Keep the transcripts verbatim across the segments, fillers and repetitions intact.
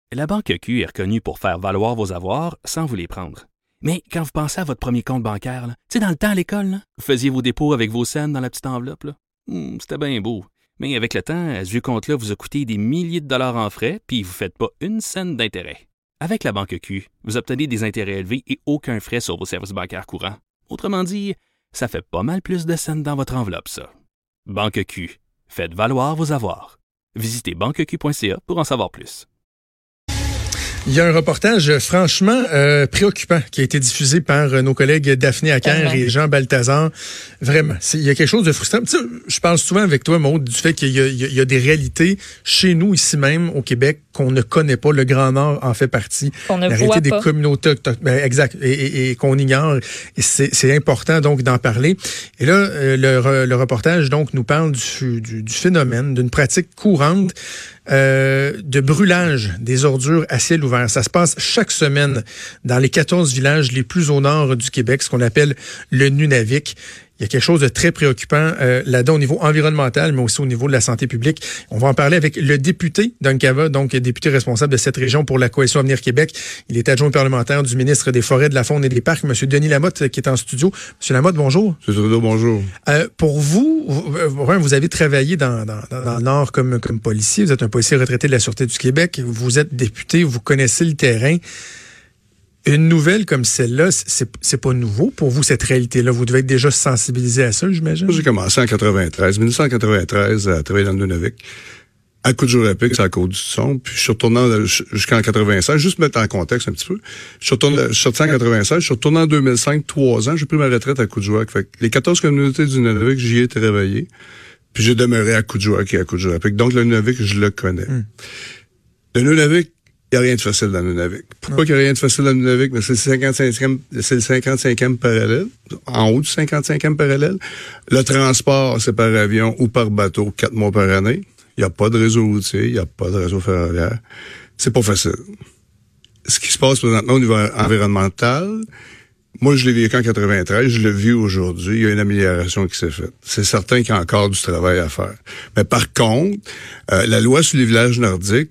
La Banque Q est reconnue pour faire valoir vos avoirs sans vous les prendre. Mais quand vous pensez à votre premier compte bancaire, tu sais, dans le temps à l'école, là, vous faisiez vos dépôts avec vos scènes dans la petite enveloppe. Là. Hum, c'était bien beau. Mais avec le temps, ce vieux compte-là vous a coûté des milliers de dollars en frais, puis vous ne faites pas une scène d'intérêt. Avec la Banque Q, vous obtenez des intérêts élevés et aucun frais sur vos services bancaires courants. Autrement dit, ça fait pas mal plus de scènes dans votre enveloppe, ça. Banque Q. Faites valoir vos avoirs. Visitez banque q point c a pour en savoir plus. Il y a un reportage franchement euh, préoccupant qui a été diffusé par euh, nos collègues Daphné Acker et Jean Balthazar. Vraiment, il y a quelque chose de frustrant. Tu sais, je parle souvent avec toi, Maud, du fait qu'il y a, il y a, il y a des réalités chez nous, ici même, au Québec, qu'on ne connaît pas. Le Grand Nord en fait partie. On ne La voit réalité pas. des communautés autochtones. Ben, exact. Et, et, et qu'on ignore. Et c'est, c'est important donc d'en parler. Et là, euh, le, le reportage donc nous parle du, du, du phénomène, d'une pratique courante Euh, de brûlage des ordures à ciel ouvert. Ça se passe chaque semaine dans les quatorze villages les plus au nord du Québec, ce qu'on appelle le Nunavik. Il y a quelque chose de très préoccupant euh, là-dedans au niveau environnemental, mais aussi au niveau de la santé publique. On va en parler avec le député d'Uncava, donc député responsable de cette région pour la Coalition Avenir Québec. Il est adjoint parlementaire du ministre des Forêts, de la Faune et des Parcs, M. Denis Lamotte, qui est en studio. M. Lamotte, bonjour. M. Trudeau, bonjour. Euh, pour vous, vous, vous avez travaillé dans, dans, dans le Nord comme, comme policier. Vous êtes un policier retraité de la Sûreté du Québec. Vous êtes député, vous connaissez le terrain. Une nouvelle comme celle-là, c'est, c'est pas nouveau pour vous, cette réalité-là. Vous devez être déjà sensibilisé à ça, j'imagine? J'ai commencé en quatre-vingt-treize, dix-neuf cent quatre-vingt-treize, à travailler dans le Nunavik. À Kuujjuaq, c'est à Côte-du-Son. Puis je suis retourné jusqu'en quatre-vingt-seize, juste mettre en contexte un petit peu. Je suis retourné, je suis sorti en quatre-vingt-seize, je suis retourné en deux mille cinq, trois ans, j'ai pris ma retraite à Kuujjuaq. Fait que les quatorze communautés du Nunavik, j'y ai travaillé. Puis j'ai demeuré à Kuujjuaq et à Kuujjuaq. Donc le Nunavik, je le connais. Mm. Le Nunavik, il n'y a rien de facile dans le Nunavik. Pourquoi il n'y a rien de facile dans le Nunavik? Mais c'est le cinquante-cinquième, c'est le cinquante-cinquième parallèle, en haut du cinquante-cinquième parallèle. Le transport, c'est par avion ou par bateau, quatre mois par année. Il n'y a pas de réseau routier, il n'y a pas de réseau ferroviaire. C'est pas facile. Ce qui se passe présentement au niveau environnemental, moi, je l'ai vécu en quatre-vingt-treize, je l'ai vu aujourd'hui, il y a une amélioration qui s'est faite. C'est certain qu'il y a encore du travail à faire. Mais par contre, euh, la loi sur les villages nordiques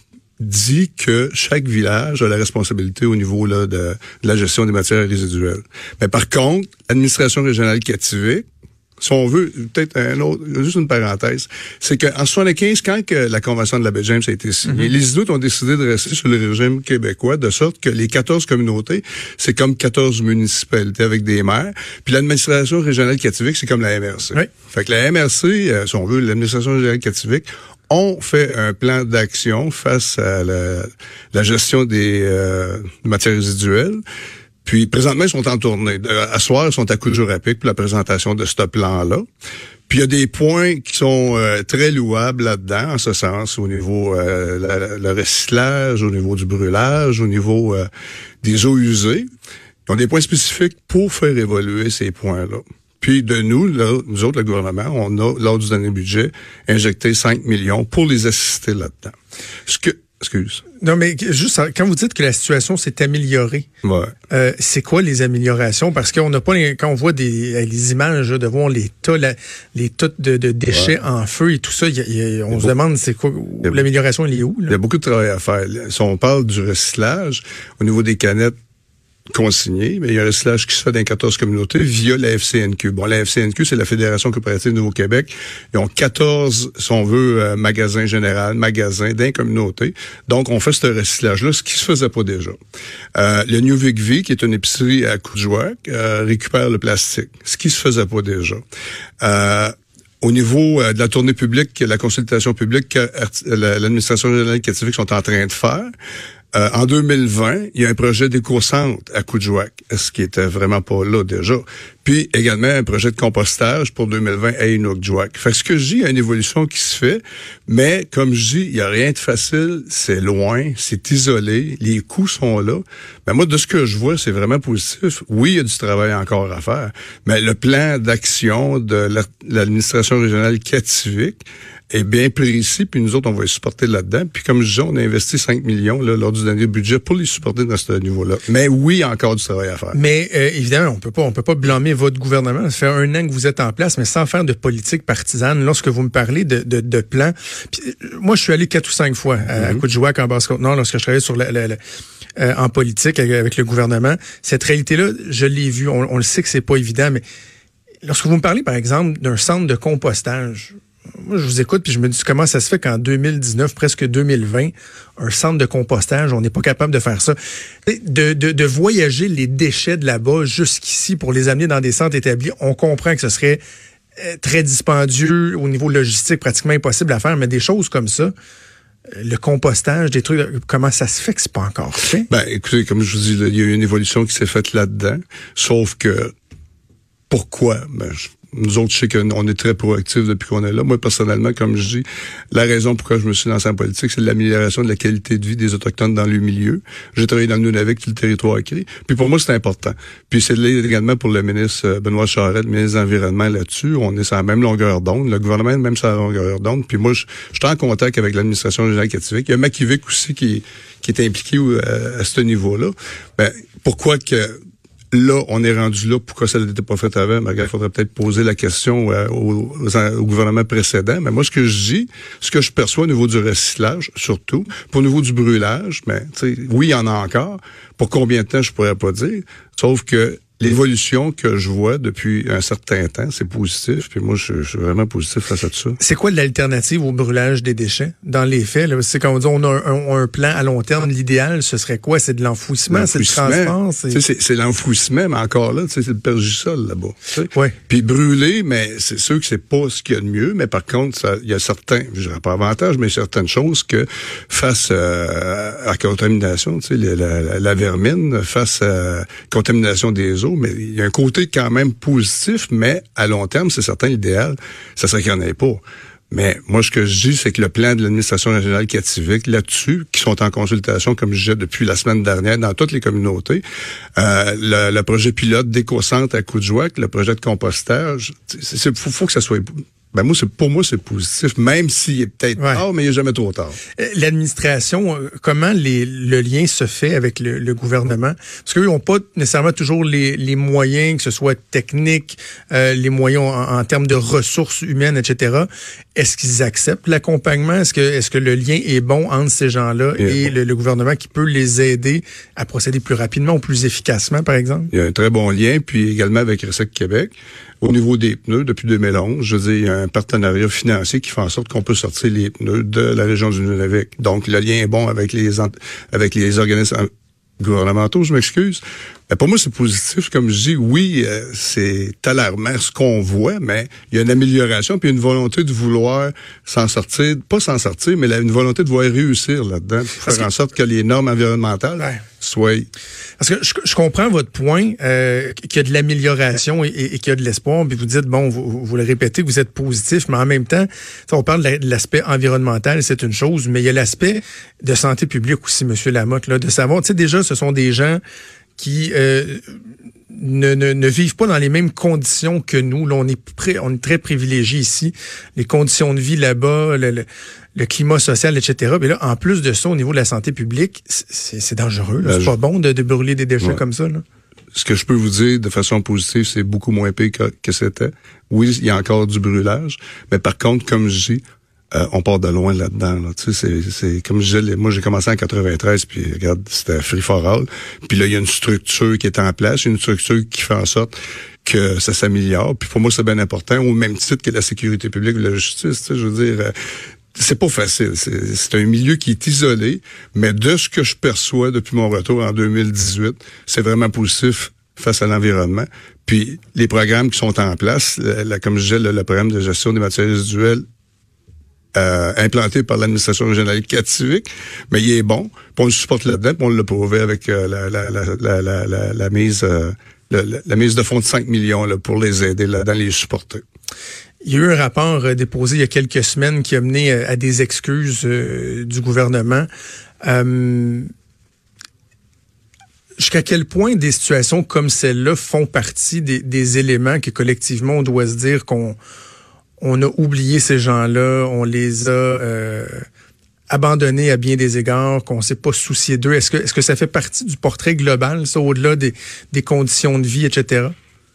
dit que chaque village a la responsabilité au niveau là, de, de la gestion des matières résiduelles. Mais par contre, l'administration régionale Kativik, si on veut, peut-être un autre, juste une parenthèse, c'est qu'en soixante-quinze, quand que la Convention de la baie James a été signée, mm-hmm. les Inuits ont décidé de rester sur le régime québécois, de sorte que les quatorze communautés, c'est comme quatorze municipalités avec des maires, puis l'administration régionale Kativik, c'est comme la M R C. Oui. Fait que la M R C, euh, si on veut, l'administration régionale Kativik, on fait un plan d'action face à la, la gestion des euh, matières résiduelles. Puis, présentement, ils sont en tournée. À soir, ils sont à Kuujjuaq pour la présentation de ce plan-là. Puis, il y a des points qui sont euh, très louables là-dedans, en ce sens, au niveau euh, la, le recyclage, au niveau du brûlage, au niveau euh, des eaux usées. Ils ont des points spécifiques pour faire évoluer ces points-là. Puis de nous, là, nous autres, le gouvernement, on a, lors du dernier budget, injecté cinq millions pour les assister là-dedans. Ce que, excuse. Non, mais juste, quand vous dites que la situation s'est améliorée, ouais. euh, c'est quoi les améliorations? Parce qu'on n'a pas, les, quand on voit des, les images là, de voir les tas, la, les tas de, de déchets ouais. en feu et tout ça, y a, y a, on se beaucoup, demande c'est quoi, l'amélioration, elle est où? Là? Il y a beaucoup de travail à faire. Si on parle du recyclage, au niveau des canettes, consigné, mais il y a un recyclage qui se fait dans quatorze communautés via la F C N Q. Bon, la F C N Q, c'est la Fédération coopérative du Nouveau-Québec. Ils ont quatorze, si on veut, euh, magasins généraux, magasins d'un communauté. Donc, on fait ce recyclage-là, ce qui se faisait pas déjà. Euh, le New Vic V, qui est une épicerie à Kuujjuaq, euh, récupère le plastique, ce qui se faisait pas déjà. Euh, Au niveau euh, de la tournée publique, la consultation publique que euh, l'administration régionale Kativik sont en train de faire, Euh, en deux mille vingt, il y a un projet d'éco-centre à Kuujjuaq, ce qui était vraiment pas là déjà. Puis également un projet de compostage pour deux mille vingt à Inukjuak. Fait que ce que je dis, il y a une évolution qui se fait, mais comme je dis, il n'y a rien de facile, c'est loin, c'est isolé, les coûts sont là. Mais moi, de ce que je vois, c'est vraiment positif. Oui, il y a du travail encore à faire, mais le plan d'action de l'administration régionale Kativik est bien précis, puis nous autres, on va les supporter là-dedans. Puis comme je disais, on a investi cinq millions là, lors du dernier budget pour les supporter dans ce niveau-là. Mais oui, il y a encore du travail à faire. Mais euh, évidemment, on peut pas, on peut pas blâmer votre gouvernement. Ça fait un an que vous êtes en place, mais sans faire de politique partisane. Lorsque vous me parlez de, de, de plans, puis, moi, je suis allé quatre ou cinq fois à, mm-hmm. à Coudjouac, en Basse-Côte-Nord, lorsque je travaillais sur la, la, la euh, en politique avec, avec le gouvernement. Cette réalité-là, je l'ai vue. On, on le sait que c'est pas évident, mais lorsque vous me parlez, par exemple, d'un centre de compostage, moi, je vous écoute puis je me dis comment ça se fait qu'en deux mille dix-neuf, presque deux mille vingt, un centre de compostage, on n'est pas capable de faire ça. De, de, de voyager les déchets de là-bas jusqu'ici pour les amener dans des centres établis, on comprend que ce serait euh, très dispendieux au niveau logistique, pratiquement impossible à faire, mais des choses comme ça, le compostage, des trucs, comment ça se fait que c'est pas encore fait? Ben, écoutez, comme je vous dis, il y a eu une évolution qui s'est faite là-dedans, sauf que pourquoi? Ben, je, nous autres, je sais qu'on est très proactifs depuis qu'on est là. Moi, personnellement, comme je dis, la raison pourquoi je me suis lancé en politique, c'est l'amélioration de la qualité de vie des Autochtones dans le milieu. J'ai travaillé dans le Nunavik, tout le territoire écrit. Puis pour moi, c'est important. Puis c'est également pour le ministre Benoît Charette, le ministre de l'Environnement là-dessus. On est sur la même longueur d'onde. Le gouvernement est même sur la longueur d'onde. Puis moi, je, je suis en contact avec l'administration générale Kativik. Il y a Makivik aussi qui, qui est impliqué à, à ce niveau-là. Ben, pourquoi que là, on est rendu là. Pourquoi ça n'était pas fait avant? Ben, il faudrait peut-être poser la question euh, au, au gouvernement précédent. Mais moi, ce que je dis, ce que je perçois au niveau du recyclage, surtout, pour au niveau du brûlage, ben, tu sais, oui, il y en a encore. Pour combien de temps, je pourrais pas dire. Sauf que l'évolution que je vois depuis un certain temps, c'est positif. Puis moi, je, je suis vraiment positif face à tout ça. C'est quoi l'alternative au brûlage des déchets? Dans les faits, là, c'est quand on dit on a un, un, un plan à long terme, l'idéal, ce serait quoi? C'est de l'enfouissement, c'est le transport? C'est, c'est, c'est l'enfouissement, mais encore là, c'est le pergisol là-bas. Ouais. Puis brûler, mais c'est sûr que c'est pas ce qu'il y a de mieux, mais par contre, il y a certains, je dirais pas avantage, mais certaines choses que face euh, à la contamination, tu sais, la, la, la vermine, face à la contamination des eaux, mais il y a un côté quand même positif, mais à long terme, c'est certain, l'idéal, ça serait qu'il n'y en ait pas. Mais moi, ce que je dis, c'est que le plan de l'administration régionale Kativik, là-dessus, qui sont en consultation, comme je disais, depuis la semaine dernière, dans toutes les communautés, euh, le, le projet pilote d'éco-centre à Coudjouac, le projet de compostage, il faut, faut que ça soit... Ben moi, c'est pour moi, c'est positif, même s'il est peut-être ouais. tard, mais il n'est jamais trop tard. L'administration, comment les, le lien se fait avec le, le gouvernement? Parce qu'eux n'ont pas nécessairement toujours les, les moyens, que ce soit techniques, euh, les moyens en, en termes de ressources humaines, et cetera. Est-ce qu'ils acceptent l'accompagnement? Est-ce que, est-ce que le lien est bon entre ces gens-là et, et bon. le, le gouvernement qui peut les aider à procéder plus rapidement ou plus efficacement, par exemple? Il y a un très bon lien, puis également avec Ressec Québec. Au niveau des pneus, depuis deux mille onze, je veux dire, il y a un partenariat financier qui fait en sorte qu'on peut sortir les pneus de la région du Nunavik. Donc, le lien est bon avec les avec les organismes gouvernementaux, je m'excuse. Mais pour moi, c'est positif. Comme je dis, oui, euh, c'est alarmant ce qu'on voit, mais il y a une amélioration puis une volonté de vouloir s'en sortir, pas s'en sortir, mais là, une volonté de vouloir réussir là-dedans, pour faire que, en sorte que les normes environnementales ouais. soient... Parce que je, je comprends votre point, euh, qu'il y a de l'amélioration et, et, et qu'il y a de l'espoir, puis vous dites, bon, vous, vous le répétez, vous êtes positif, mais en même temps, on parle de, la, de l'aspect environnemental, c'est une chose, mais il y a l'aspect de santé publique aussi, M. Lamotte, là, de savoir, tu sais, déjà, ce sont des gens qui euh, ne, ne, ne vivent pas dans les mêmes conditions que nous. Là, on est pré, on est très privilégiés ici. Les conditions de vie là-bas, le, le, le climat social, et cetera. Mais là, en plus de ça, au niveau de la santé publique, c'est, c'est dangereux. Là. C'est pas bon de, de brûler des déchets ouais. comme ça. Là. Ce que je peux vous dire de façon positive, c'est beaucoup moins pire que, que c'était. Oui, il y a encore du brûlage, mais par contre, comme je dis, Euh, on part de loin là-dedans. Là. Tu sais, c'est, c'est comme je disais, moi j'ai commencé en quatre-vingt-treize, puis regarde, c'était free for all. Puis là, il y a une structure qui est en place, une structure qui fait en sorte que ça s'améliore. Puis pour moi, c'est bien important, au même titre que la sécurité publique ou la justice. Tu sais, je veux dire, euh, c'est pas facile. C'est, c'est un milieu qui est isolé, mais de ce que je perçois depuis mon retour en deux mille dix-huit, c'est vraiment positif face à l'environnement. Puis les programmes qui sont en place, la, la, comme je disais, le, le programme de gestion des matières résiduelles, Euh, implanté par l'administration régionale Kativik, mais il est bon. Puis on le supporte là-dedans, puis on l'a prouvé avec euh, la, la, la, la, la, la, la mise euh, la, la mise de fonds de cinq millions là, pour les aider là-dedans, les supporter. Il y a eu un rapport euh, déposé il y a quelques semaines qui a mené euh, à des excuses euh, du gouvernement. Euh, jusqu'à quel point des situations comme celle-là font partie des, des éléments que collectivement on doit se dire qu'on on a oublié ces gens-là, on les a euh, abandonnés à bien des égards, qu'on ne s'est pas soucié d'eux. Est-ce que, est-ce que ça fait partie du portrait global, ça, au-delà des, des conditions de vie, et cetera?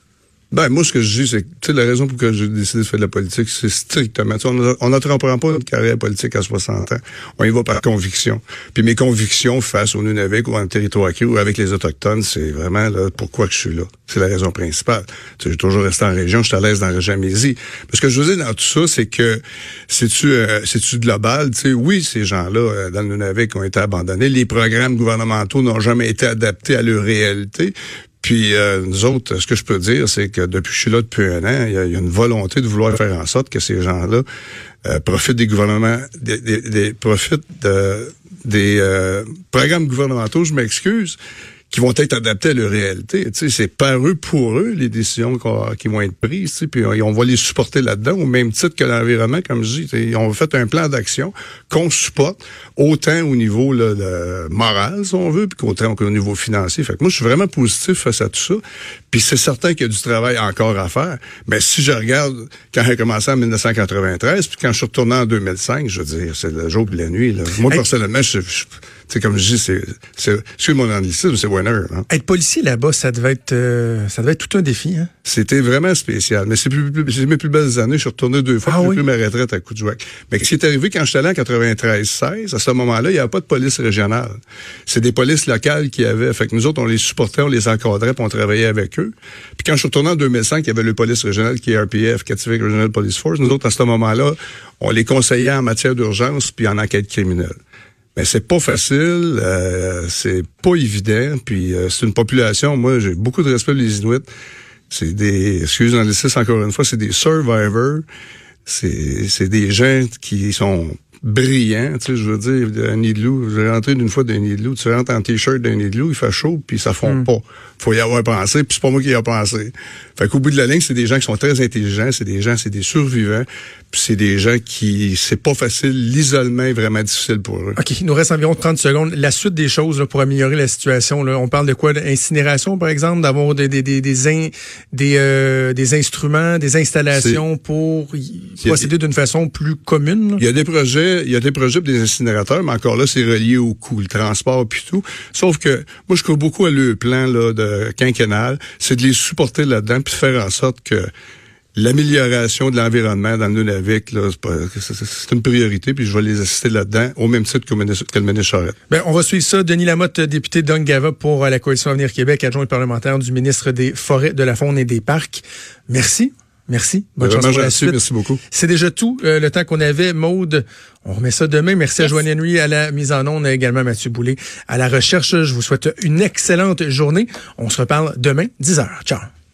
Ben, moi, ce que je dis, c'est que, tu sais, la raison pour laquelle j'ai décidé de faire de la politique, c'est strictement, tu sais, on n'entreprend pas une carrière politique à soixante ans. On y va par conviction. Puis mes convictions face au Nunavik ou en territoire cru ou avec les Autochtones, c'est vraiment, là, pourquoi que je suis là. C'est la raison principale. Tu sais, j'ai toujours resté en région, je suis à l'aise dans la Région-Mésie. Mais ce que je veux dire dans tout ça, c'est que, c'est-tu, euh, c'est-tu global? Tu sais, oui, ces gens-là, euh, dans le Nunavik, ont été abandonnés. Les programmes gouvernementaux n'ont jamais été adaptés à leur réalité. Puis euh, nous autres, ce que je peux dire, c'est que depuis que je suis là depuis un an, il y a, il y a une volonté de vouloir faire en sorte que ces gens-là euh, profitent des gouvernements, des, des, des profitent de, des euh, programmes gouvernementaux, je m'excuse, qui vont être adaptés à leur réalité. Tu sais, c'est par eux, pour eux, les décisions qui vont être prises. Tu sais, puis on va les supporter là-dedans, au même titre que l'environnement, comme je dis. Tu sais, on fait un plan d'action qu'on supporte, autant au niveau là, de moral, si on veut, puis qu'autant qu'au niveau financier. Fait que moi, je suis vraiment positif face à tout ça. Puis c'est certain qu'il y a du travail encore à faire. Mais si je regarde quand j'ai commencé en dix-neuf cent quatre-vingt-treize, puis quand je suis retourné en deux mille cinq, je veux dire, c'est le jour et la nuit. Là. Moi, hey. personnellement, je, je c'est comme je dis, c'est, c'est, c'est mon anglicisme, c'est winner. Hein. Être policier là-bas, ça devait être, euh, ça devait être tout un défi. Hein? C'était vraiment spécial. Mais c'est, plus, plus, c'est mes plus belles années. Je suis retourné deux fois. Ah, j'ai oui? pris ma retraite à Coudjouac. Mais ce qui est arrivé quand j'étais allé en quatre-vingt-treize seize, à ce moment-là, il n'y avait pas de police régionale. C'est des polices locales qui avaient. Fait que nous autres, on les supportait, on les encadrait, puis on travaillait avec eux. Puis quand je suis retourné en deux mille cinq, il y avait le police régional qui est R P F, Kativik Regional Police Force. Nous autres, à ce moment-là, on les conseillait en matière d'urgence puis en enquête criminelle. Mais c'est pas facile, euh, c'est pas évident, puis euh, c'est une population, moi j'ai beaucoup de respect pour les Inuits. C'est des, excusez l'anglicisme encore une fois, c'est des survivors. C'est, c'est des gens qui sont brillants, tu sais, je veux dire, un nid de loup, j'ai rentré d'une fois d'un nid de loup, tu rentres en t-shirt d'un nid de loup, il fait chaud, puis ça fond mm. pas. Faut y avoir pensé, puis c'est pas moi qui y a pensé. Fait qu'au bout de la ligne, c'est des gens qui sont très intelligents, c'est des gens, c'est des survivants, puis c'est des gens qui, c'est pas facile, l'isolement est vraiment difficile pour eux. OK, il nous reste environ trente secondes. La suite des choses là, pour améliorer la situation, là, on parle de quoi? D'incinération, par exemple, d'avoir des des des des, in, des, euh, des instruments, des installations c'est, pour y procéder d'une façon plus commune? Là? Il y a des projets, il y a des projets pour des incinérateurs, mais encore là, c'est relié au coût, le transport puis tout. Sauf que moi, je crois beaucoup à le plan là, de quinquennal, c'est de les supporter là-dedans puis de faire en sorte que l'amélioration de l'environnement dans le Nunavik, là, c'est, pas, c'est, c'est une priorité, puis je vais les assister là-dedans, au même titre que le ministre Charette. Ben, on va suivre ça. Denis Lamotte, député d'Ungava pour la Coalition Avenir Québec, adjoint parlementaire du ministre des Forêts, de la Faune et des Parcs. Merci. Merci. Bonne chance pour la suite. Merci beaucoup. C'est déjà tout euh, le temps qu'on avait. Maude, on remet ça demain. Merci yes. à Joanne Henry à la mise en onde, également Mathieu Boulay à la recherche. Je vous souhaite une excellente journée. On se reparle demain, dix heures. Ciao.